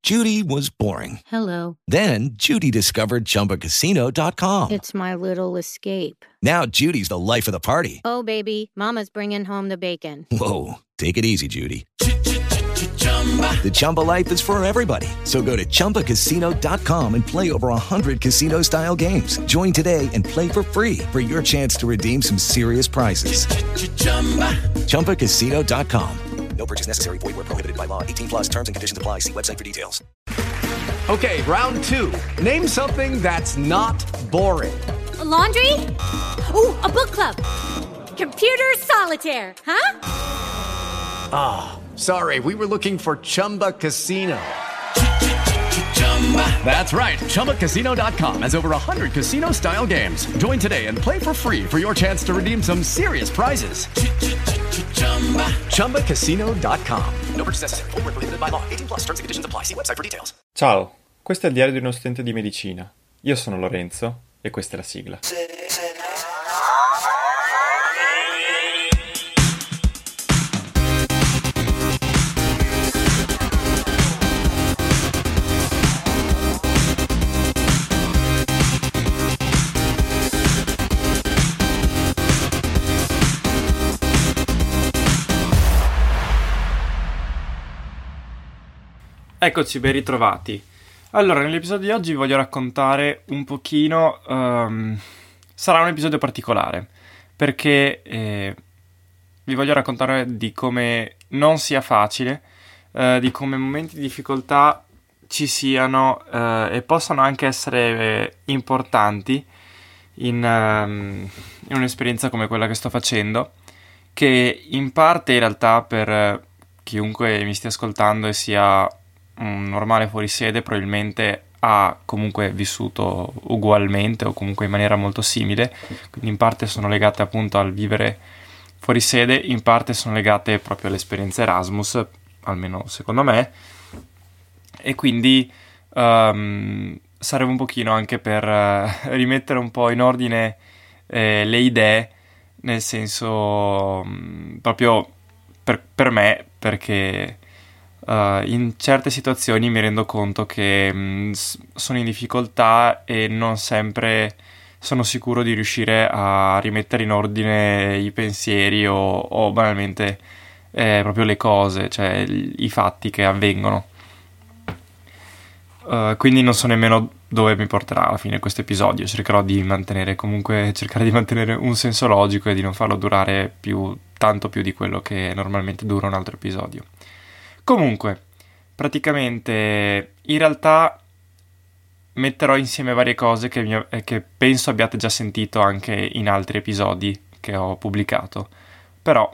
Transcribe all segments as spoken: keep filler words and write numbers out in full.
Judy was boring. Hello. Then Judy discovered Chumba Casino dot com. It's my little escape. Now Judy's the life of the party. Oh, baby, mama's bringing home the bacon. Whoa, take it easy, Judy. The Chumba life is for everybody. So go to Chumba Casino dot com and play over one hundred casino-style games. Join today and play for free for your chance to redeem some serious prizes. Chumba Casino dot com. No purchase necessary. Void where prohibited by law. eighteen plus terms and conditions apply. See website for details. Okay, round two. Name something that's not boring. A laundry? Ooh, a book club. Computer solitaire, huh? Ah, oh, sorry. We were looking for Chumba Casino. That's right. Chumba Casino dot com has over one hundred casino-style games. Join today and play for free for your chance to redeem some serious prizes. Chumba Casino dot com. No purchase necessary. Void where prohibited by law. eighteen plus terms and conditions apply. See website for details. Ciao, questo è il diario di uno studente di medicina. Io sono Lorenzo e questa è la sigla. Eccoci, ben ritrovati. Allora, nell'episodio di oggi vi voglio raccontare un pochino... Um, sarà un episodio particolare, perché eh, vi voglio raccontare di come non sia facile, eh, di come momenti di difficoltà ci siano eh, e possano anche essere eh, importanti in, um, in un'esperienza come quella che sto facendo, che in parte in realtà per eh, chiunque mi stia ascoltando e sia un normale fuorisede probabilmente ha comunque vissuto ugualmente o comunque in maniera molto simile, quindi in parte sono legate appunto al vivere fuorisede, in parte sono legate proprio all'esperienza Erasmus, almeno secondo me, e quindi um, serve un pochino anche per uh, rimettere un po' in ordine eh, le idee, nel senso um, proprio per, per me, perché Uh, in certe situazioni mi rendo conto che mh, sono in difficoltà e non sempre sono sicuro di riuscire a rimettere in ordine i pensieri o, o banalmente eh, proprio le cose, cioè i, i fatti che avvengono. Uh, quindi non so nemmeno dove mi porterà alla fine questo episodio. Cercherò di mantenere comunque cercare di mantenere un senso logico e di non farlo durare più tanto più di quello che normalmente dura un altro episodio. Comunque, praticamente, in realtà metterò insieme varie cose che, mi, che penso abbiate già sentito anche in altri episodi che ho pubblicato, però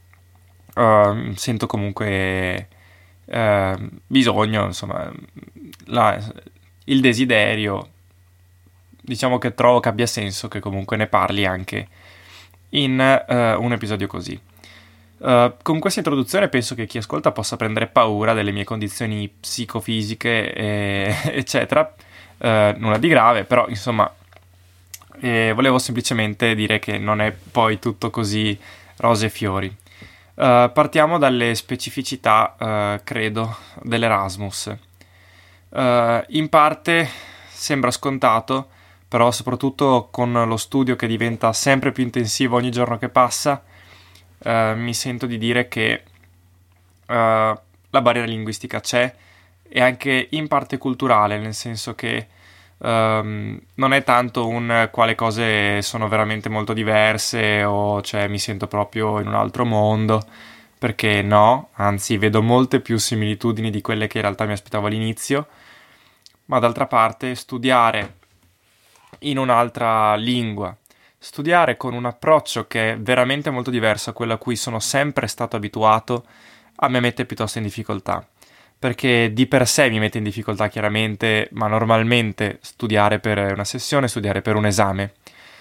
uh, sento comunque uh, bisogno, insomma, la, il desiderio, diciamo che trovo che abbia senso che comunque ne parli anche in uh, un episodio così. Uh, con questa introduzione penso che chi ascolta possa prendere paura delle mie condizioni psicofisiche e, eccetera, uh, nulla di grave, però insomma eh, volevo semplicemente dire che non è poi tutto così rose e fiori. Uh, partiamo dalle specificità, uh, credo, dell'Erasmus. Uh, in parte sembra scontato, però soprattutto con lo studio che diventa sempre più intensivo ogni giorno che passa, Uh, mi sento di dire che uh, la barriera linguistica c'è e anche in parte culturale, nel senso che um, non è tanto un quale cose sono veramente molto diverse o cioè mi sento proprio in un altro mondo, perché no, anzi vedo molte più similitudini di quelle che in realtà mi aspettavo all'inizio, ma d'altra parte studiare in un'altra lingua, studiare con un approccio che è veramente molto diverso a quello a cui sono sempre stato abituato, a me mette piuttosto in difficoltà, perché di per sé mi mette in difficoltà chiaramente, ma normalmente studiare per una sessione, studiare per un esame.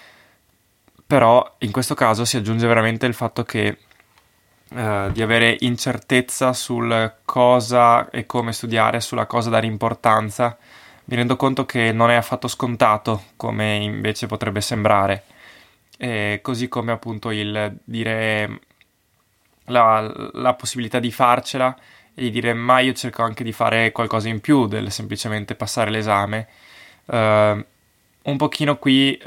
Però in questo caso si aggiunge veramente il fatto che uh, di avere incertezza sul cosa e come studiare, sulla cosa dare importanza. Mi rendo conto che non è affatto scontato come invece potrebbe sembrare. E così come appunto il dire la, la possibilità di farcela e di dire ma io cerco anche di fare qualcosa in più del semplicemente passare l'esame, uh, un pochino qui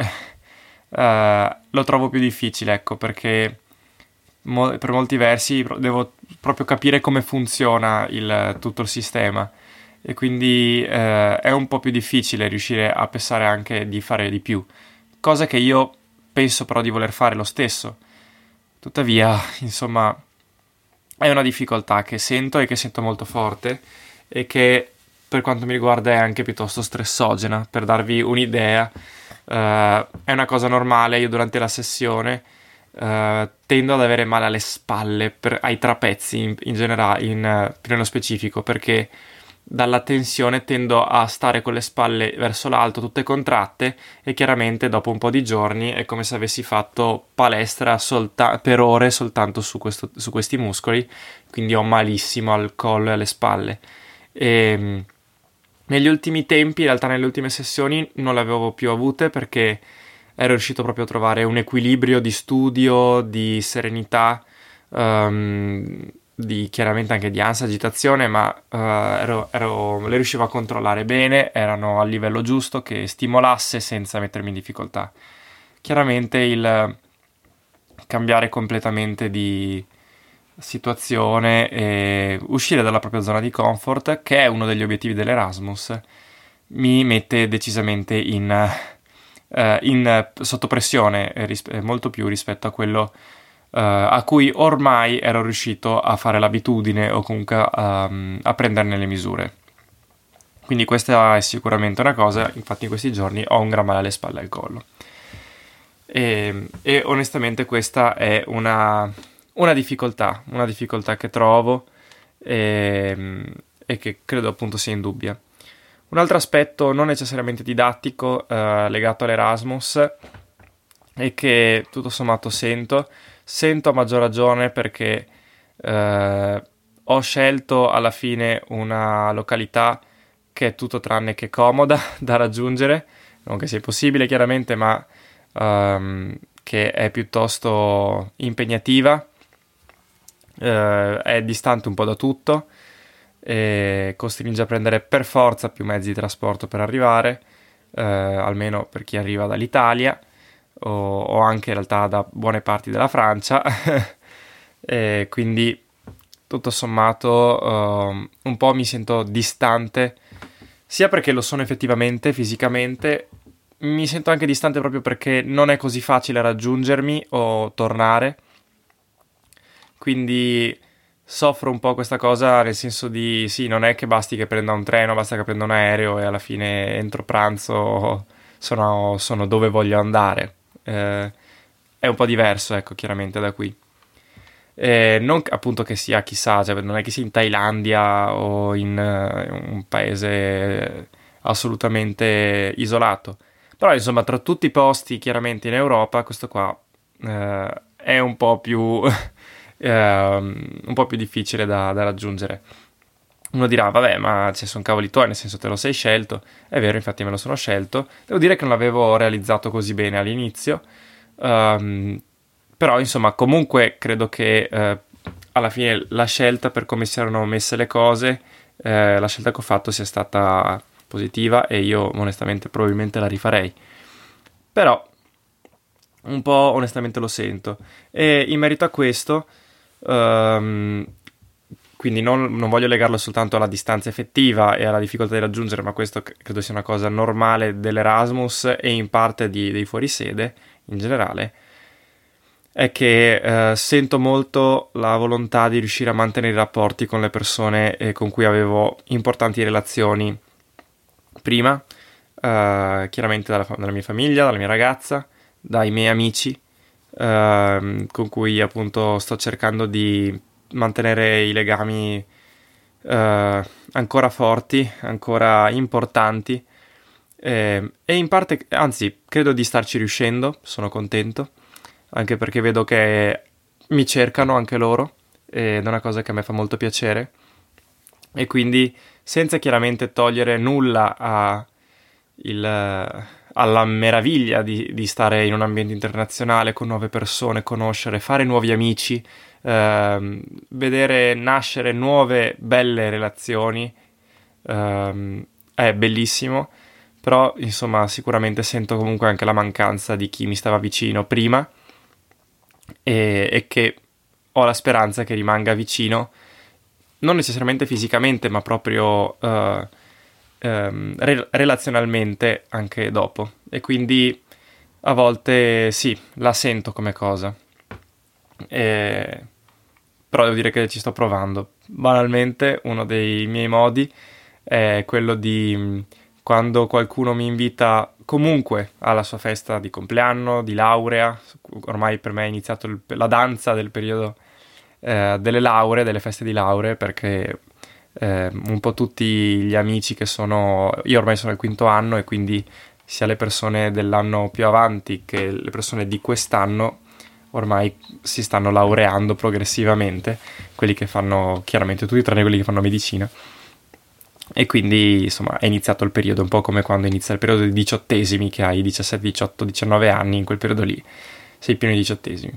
uh, lo trovo più difficile, ecco, perché mo- per molti versi devo proprio capire come funziona il, tutto il sistema, e quindi uh, è un po' più difficile riuscire a pensare anche di fare di più, cosa che io penso però di voler fare lo stesso. Tuttavia, insomma, è una difficoltà che sento e che sento molto forte, e che per quanto mi riguarda è anche piuttosto stressogena. Per darvi un'idea, uh, è una cosa normale, io durante la sessione uh, tendo ad avere male alle spalle, per, ai trapezi in, in generale, in, uh, più nello specifico, perché dalla tensione tendo a stare con le spalle verso l'alto tutte contratte, e chiaramente dopo un po' di giorni è come se avessi fatto palestra solta- per ore soltanto su, questo, su questi muscoli, quindi ho malissimo al collo e alle spalle. E negli ultimi tempi, in realtà nelle ultime sessioni non le avevo più avute, perché ero riuscito proprio a trovare un equilibrio di studio, di serenità, um, di chiaramente anche di ansia, agitazione, ma uh, ero, ero, le riuscivo a controllare bene, erano al livello giusto che stimolasse senza mettermi in difficoltà. Chiaramente il cambiare completamente di situazione e uscire dalla propria zona di comfort, che è uno degli obiettivi dell'Erasmus, mi mette decisamente in, uh, in sotto pressione, ris- molto più rispetto a quello Uh, a cui ormai ero riuscito a fare l'abitudine, o comunque um, a prenderne le misure. Quindi questa è sicuramente una cosa. Infatti in questi giorni ho un gran male alle spalle e al collo, e, e onestamente questa è una, una difficoltà una difficoltà che trovo, e, e che credo appunto sia indubbia. Un altro aspetto non necessariamente didattico uh, legato all'Erasmus, e che tutto sommato sento Sento a maggior ragione perché eh, ho scelto alla fine una località che è tutto tranne che comoda da raggiungere, non che sia possibile chiaramente, ma um, che è piuttosto impegnativa, eh, è distante un po' da tutto, e costringe a prendere per forza più mezzi di trasporto per arrivare, eh, almeno per chi arriva dall'Italia, o, o anche in realtà da buone parti della Francia. E quindi tutto sommato uh, un po' mi sento distante, sia perché lo sono effettivamente fisicamente, mi sento anche distante proprio perché non è così facile raggiungermi o tornare, quindi soffro un po' questa cosa, nel senso di sì, non è che basti che prenda un treno, basta che prenda un aereo e alla fine entro pranzo sono, sono dove voglio andare. Eh, è un po' diverso, ecco, chiaramente da qui. Eh, non appunto che sia chissà, cioè non è che sia in Thailandia o in uh, un paese assolutamente isolato, però insomma tra tutti i posti chiaramente in Europa questo qua uh, è un po' più uh, un po' più difficile da, da raggiungere. Uno dirà vabbè, ma ci sono cavoli tuoi, nel senso te lo sei scelto. È vero, infatti me lo sono scelto. Devo dire che non l'avevo realizzato così bene all'inizio, um, però insomma comunque credo che eh, alla fine la scelta, per come si erano messe le cose, eh, la scelta che ho fatto sia stata positiva, e io onestamente probabilmente la rifarei. Però un po' onestamente lo sento, e in merito a questo um, quindi non, non voglio legarlo soltanto alla distanza effettiva e alla difficoltà di raggiungere, ma questo credo sia una cosa normale dell'Erasmus e in parte di, dei fuorisede in generale, è che eh, sento molto la volontà di riuscire a mantenere i rapporti con le persone eh, con cui avevo importanti relazioni prima, eh, chiaramente dalla, dalla mia famiglia, dalla mia ragazza, dai miei amici, eh, con cui appunto sto cercando di mantenere i legami eh, ancora forti, ancora importanti, eh, e in parte, anzi, credo di starci riuscendo, sono contento, anche perché vedo che mi cercano anche loro, ed è una cosa che a me fa molto piacere, e quindi senza chiaramente togliere nulla a il, alla meraviglia di, di stare in un ambiente internazionale con nuove persone, conoscere, fare nuovi amici, ehm, vedere nascere nuove belle relazioni, ehm, è bellissimo. Però insomma sicuramente sento comunque anche la mancanza di chi mi stava vicino prima, e, e che ho la speranza che rimanga vicino, non necessariamente fisicamente, ma proprio uh, um, re- relazionalmente anche dopo. E quindi a volte sì, la sento come cosa. E... però devo dire che ci sto provando. Banalmente uno dei miei modi è quello di, quando qualcuno mi invita comunque alla sua festa di compleanno, di laurea, ormai per me è iniziato il, la danza del periodo eh, delle lauree, delle feste di lauree, perché eh, un po' tutti gli amici che sono, io ormai sono al quinto anno, e quindi sia le persone dell'anno più avanti che le persone di quest'anno ormai si stanno laureando progressivamente, quelli che fanno, chiaramente tutti tranne quelli che fanno medicina. E quindi insomma è iniziato il periodo, un po' come quando inizia il periodo dei diciottesimi, che hai diciassette, diciotto, diciannove anni, in quel periodo lì sei pieno di diciottesimi.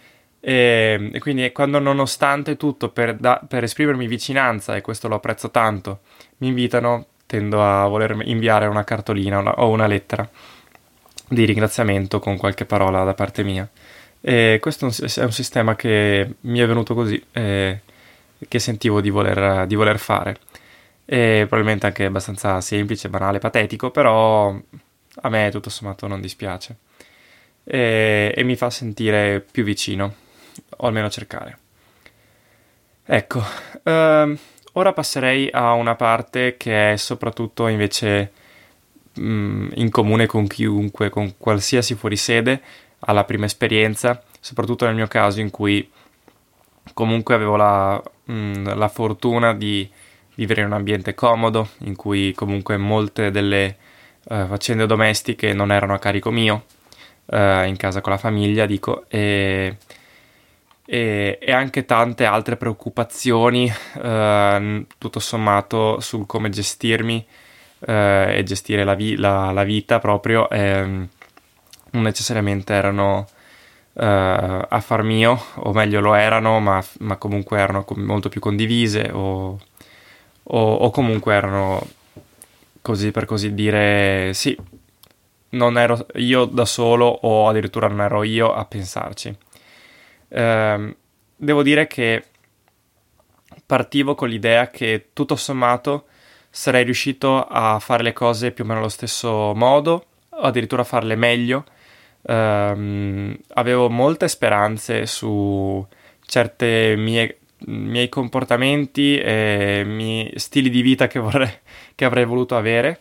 E, e quindi quando, nonostante tutto, per, da, per esprimermi vicinanza, e questo lo apprezzo tanto, mi invitano, tendo a voler inviare una cartolina una, o una lettera di ringraziamento con qualche parola da parte mia. E questo è un sistema che mi è venuto così, e che sentivo di voler, di voler fare. E probabilmente anche abbastanza semplice, banale, patetico, però a me tutto sommato non dispiace, e, e mi fa sentire più vicino, o almeno cercare. Ecco, ehm, ora passerei a una parte che è soprattutto invece mh, in comune con chiunque, con qualsiasi fuorisede, alla prima esperienza, soprattutto nel mio caso in cui comunque avevo la, mh, la fortuna di vivere in un ambiente comodo, in cui comunque molte delle uh, faccende domestiche non erano a carico mio, uh, in casa con la famiglia, dico, e, e, e anche tante altre preoccupazioni, uh, tutto sommato, sul come gestirmi uh, e gestire la, vi- la, la vita proprio, eh, non necessariamente erano uh, affar mio, o meglio lo erano, ma, ma comunque erano molto più condivise, o O, o comunque erano, così per così dire, sì, non ero io da solo, o addirittura non ero io a pensarci. Eh, devo dire che partivo con l'idea che tutto sommato sarei riuscito a fare le cose più o meno allo stesso modo, o addirittura a farle meglio. Eh, avevo molte speranze su certe mie miei comportamenti e miei stili di vita che vorrei, che avrei voluto avere,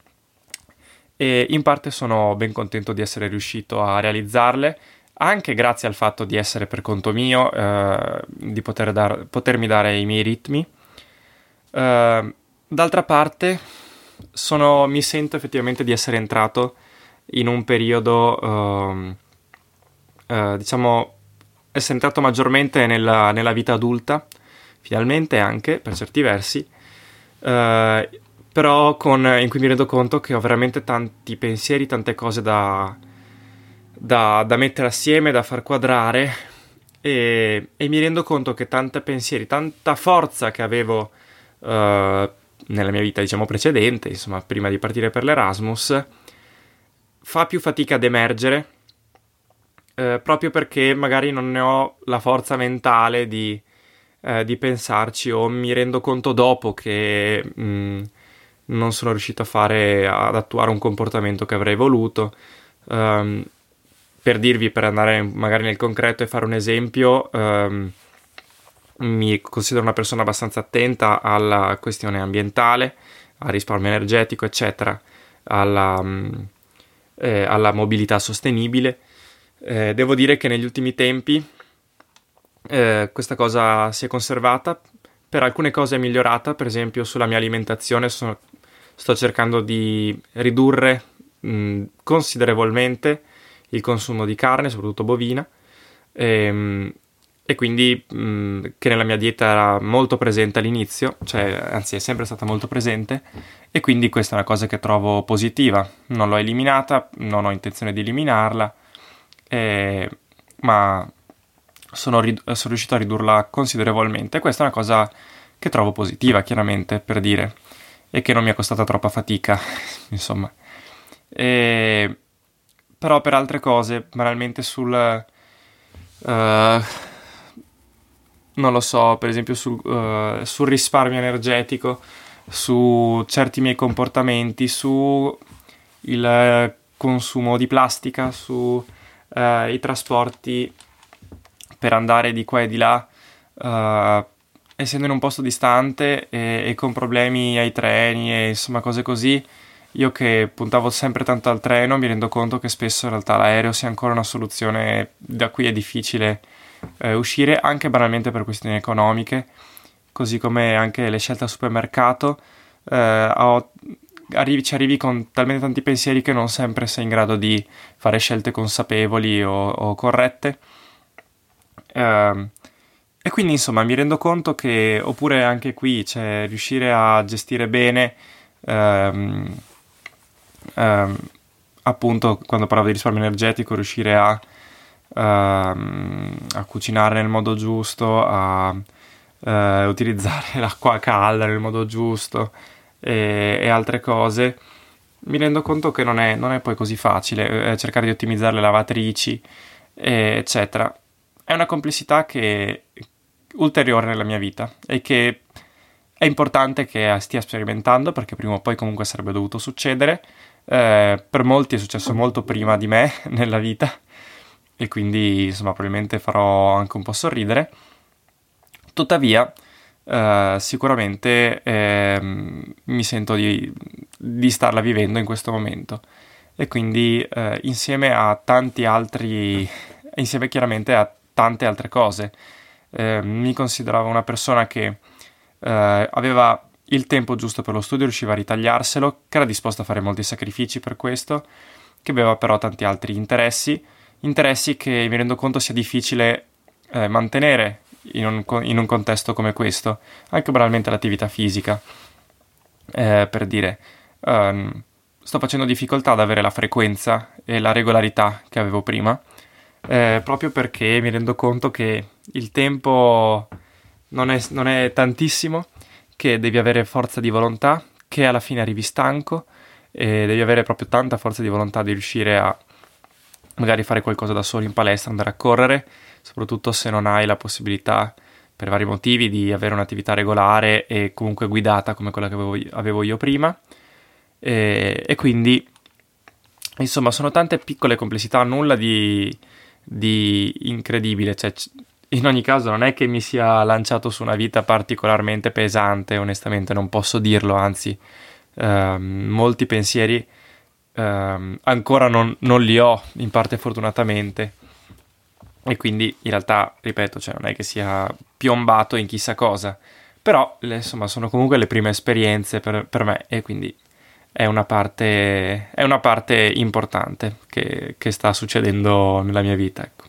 e in parte sono ben contento di essere riuscito a realizzarle, anche grazie al fatto di essere per conto mio, eh, di poter dar, potermi dare i miei ritmi. Eh, d'altra parte sono, mi sento effettivamente di essere entrato in un periodo eh, eh, diciamo essere entrato maggiormente nella, nella vita adulta, finalmente, anche per certi versi, eh, però con, in cui mi rendo conto che ho veramente tanti pensieri, tante cose da, da, da mettere assieme, da far quadrare, e, e mi rendo conto che tanti pensieri, tanta forza che avevo eh, nella mia vita, diciamo, precedente, insomma, prima di partire per l'Erasmus, fa più fatica ad emergere, Eh, proprio perché magari non ne ho la forza mentale di, eh, di pensarci, o mi rendo conto dopo che mh, non sono riuscito a fare, ad attuare un comportamento che avrei voluto. Um, per dirvi, per andare magari nel concreto e fare un esempio, um, mi considero una persona abbastanza attenta alla questione ambientale, al risparmio energetico, eccetera, alla, um, eh, alla mobilità sostenibile. Eh, devo dire che negli ultimi tempi eh, questa cosa si è conservata, per alcune cose è migliorata. Per esempio sulla mia alimentazione sono, sto cercando di ridurre mh, considerevolmente il consumo di carne, soprattutto bovina, e, e quindi mh, che nella mia dieta era molto presente all'inizio, cioè anzi è sempre stata molto presente, e quindi questa è una cosa che trovo positiva. Non l'ho eliminata, non ho intenzione di eliminarla, eh, ma sono, rid- sono riuscito a ridurla considerevolmente. Questa è una cosa che trovo positiva, chiaramente, per dire, e che non mi è costata troppa fatica, insomma. E... però per altre cose, banalmente sul... Uh, non lo so, per esempio sul, uh, sul risparmio energetico, su certi miei comportamenti, su il consumo di plastica, su uh, i trasporti per andare di qua e di là, uh, essendo in un posto distante e, e con problemi ai treni e insomma cose così. Io che puntavo sempre tanto al treno mi rendo conto che spesso in realtà l'aereo sia ancora una soluzione da cui è difficile eh, uscire, anche banalmente per questioni economiche, così come anche le scelte al supermercato. Eh, ho, arrivi, ci arrivi con talmente tanti pensieri che non sempre sei in grado di fare scelte consapevoli o, o corrette. Eh, e quindi insomma mi rendo conto che, oppure anche qui, cioè riuscire a gestire bene... Ehm, Um, appunto quando parlavo di risparmio energetico, riuscire a, um, a cucinare nel modo giusto, a uh, utilizzare l'acqua calda nel modo giusto e, e altre cose, mi rendo conto che non è, non è poi così facile, eh, cercare di ottimizzare le lavatrici eh, eccetera. È una complessità che è ulteriore nella mia vita e che è importante che stia sperimentando, perché prima o poi comunque sarebbe dovuto succedere. Eh, per molti è successo molto prima di me nella vita e quindi insomma probabilmente farò anche un po' sorridere. Tuttavia eh, sicuramente eh, mi sento di, di starla vivendo in questo momento, e quindi eh, insieme a tanti altri, insieme chiaramente a tante altre cose, eh, mi consideravo una persona che eh, aveva il tempo giusto per lo studio, riusciva a ritagliarselo, che era disposto a fare molti sacrifici per questo, che aveva però tanti altri interessi, interessi che mi rendo conto sia difficile eh, mantenere in un, in un contesto come questo, anche banalmente l'attività fisica, eh, per dire, um, sto facendo difficoltà ad avere la frequenza e la regolarità che avevo prima, eh, proprio perché mi rendo conto che il tempo non è, non è tantissimo, che devi avere forza di volontà, che alla fine arrivi stanco e devi avere proprio tanta forza di volontà di riuscire a magari fare qualcosa da solo in palestra, andare a correre, soprattutto se non hai la possibilità per vari motivi di avere un'attività regolare e comunque guidata come quella che avevo, avevo io prima. E, e quindi insomma sono tante piccole complessità, nulla di, di incredibile, cioè in ogni caso non è che mi sia lanciato su una vita particolarmente pesante, onestamente non posso dirlo, anzi ehm, molti pensieri ehm, ancora non, non li ho, in parte fortunatamente, e quindi in realtà, ripeto, cioè non è che sia piombato in chissà cosa, però le, insomma sono comunque le prime esperienze per, per me, e quindi è una parte, è una parte importante che, che sta succedendo nella mia vita, ecco.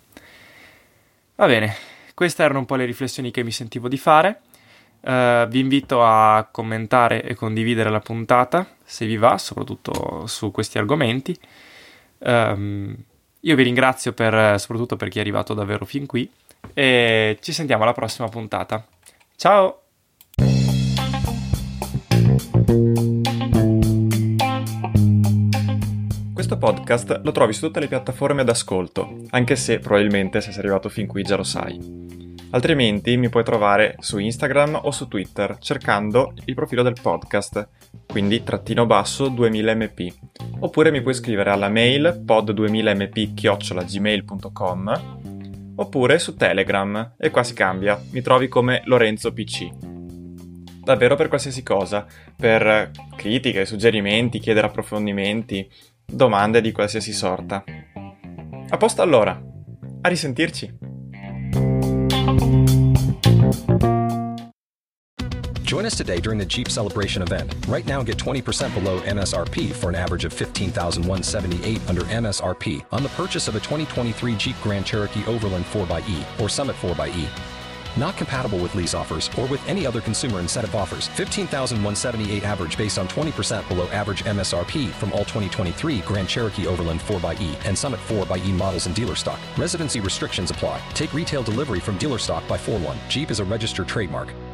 Va bene, queste erano un po' le riflessioni che mi sentivo di fare. Uh, vi invito a commentare e condividere la puntata se vi va, soprattutto su questi argomenti. Um, io vi ringrazio per, soprattutto per chi è arrivato davvero fin qui, e ci sentiamo alla prossima puntata. Ciao! Questo podcast lo trovi su tutte le piattaforme d'ascolto, anche se probabilmente se sei arrivato fin qui già lo sai. Altrimenti mi puoi trovare su Instagram o su Twitter cercando il profilo del podcast, quindi trattino basso duemila m p, oppure mi puoi scrivere alla mail pod duemila m p chiocciola gmail punto com, oppure su Telegram, e qua si cambia, mi trovi come Lorenzo P C. Davvero per qualsiasi cosa, per critiche, suggerimenti, chiedere approfondimenti, domande di qualsiasi sorta. A posto allora, a risentirci! Join us today during the Jeep Celebration event. Right now, get twenty percent below M S R P for an average of fifteen thousand one hundred seventy-eight dollars under M S R P on the purchase of a twenty twenty-three Jeep Grand Cherokee Overland four by E or Summit four by E. Not compatible with lease offers or with any other consumer incentive offers. fifteen thousand one hundred seventy-eight dollars average based on twenty percent below average M S R P from all twenty twenty-three Grand Cherokee Overland four by E and Summit four by E models in dealer stock. Residency restrictions apply. Take retail delivery from dealer stock by four one. Jeep is a registered trademark.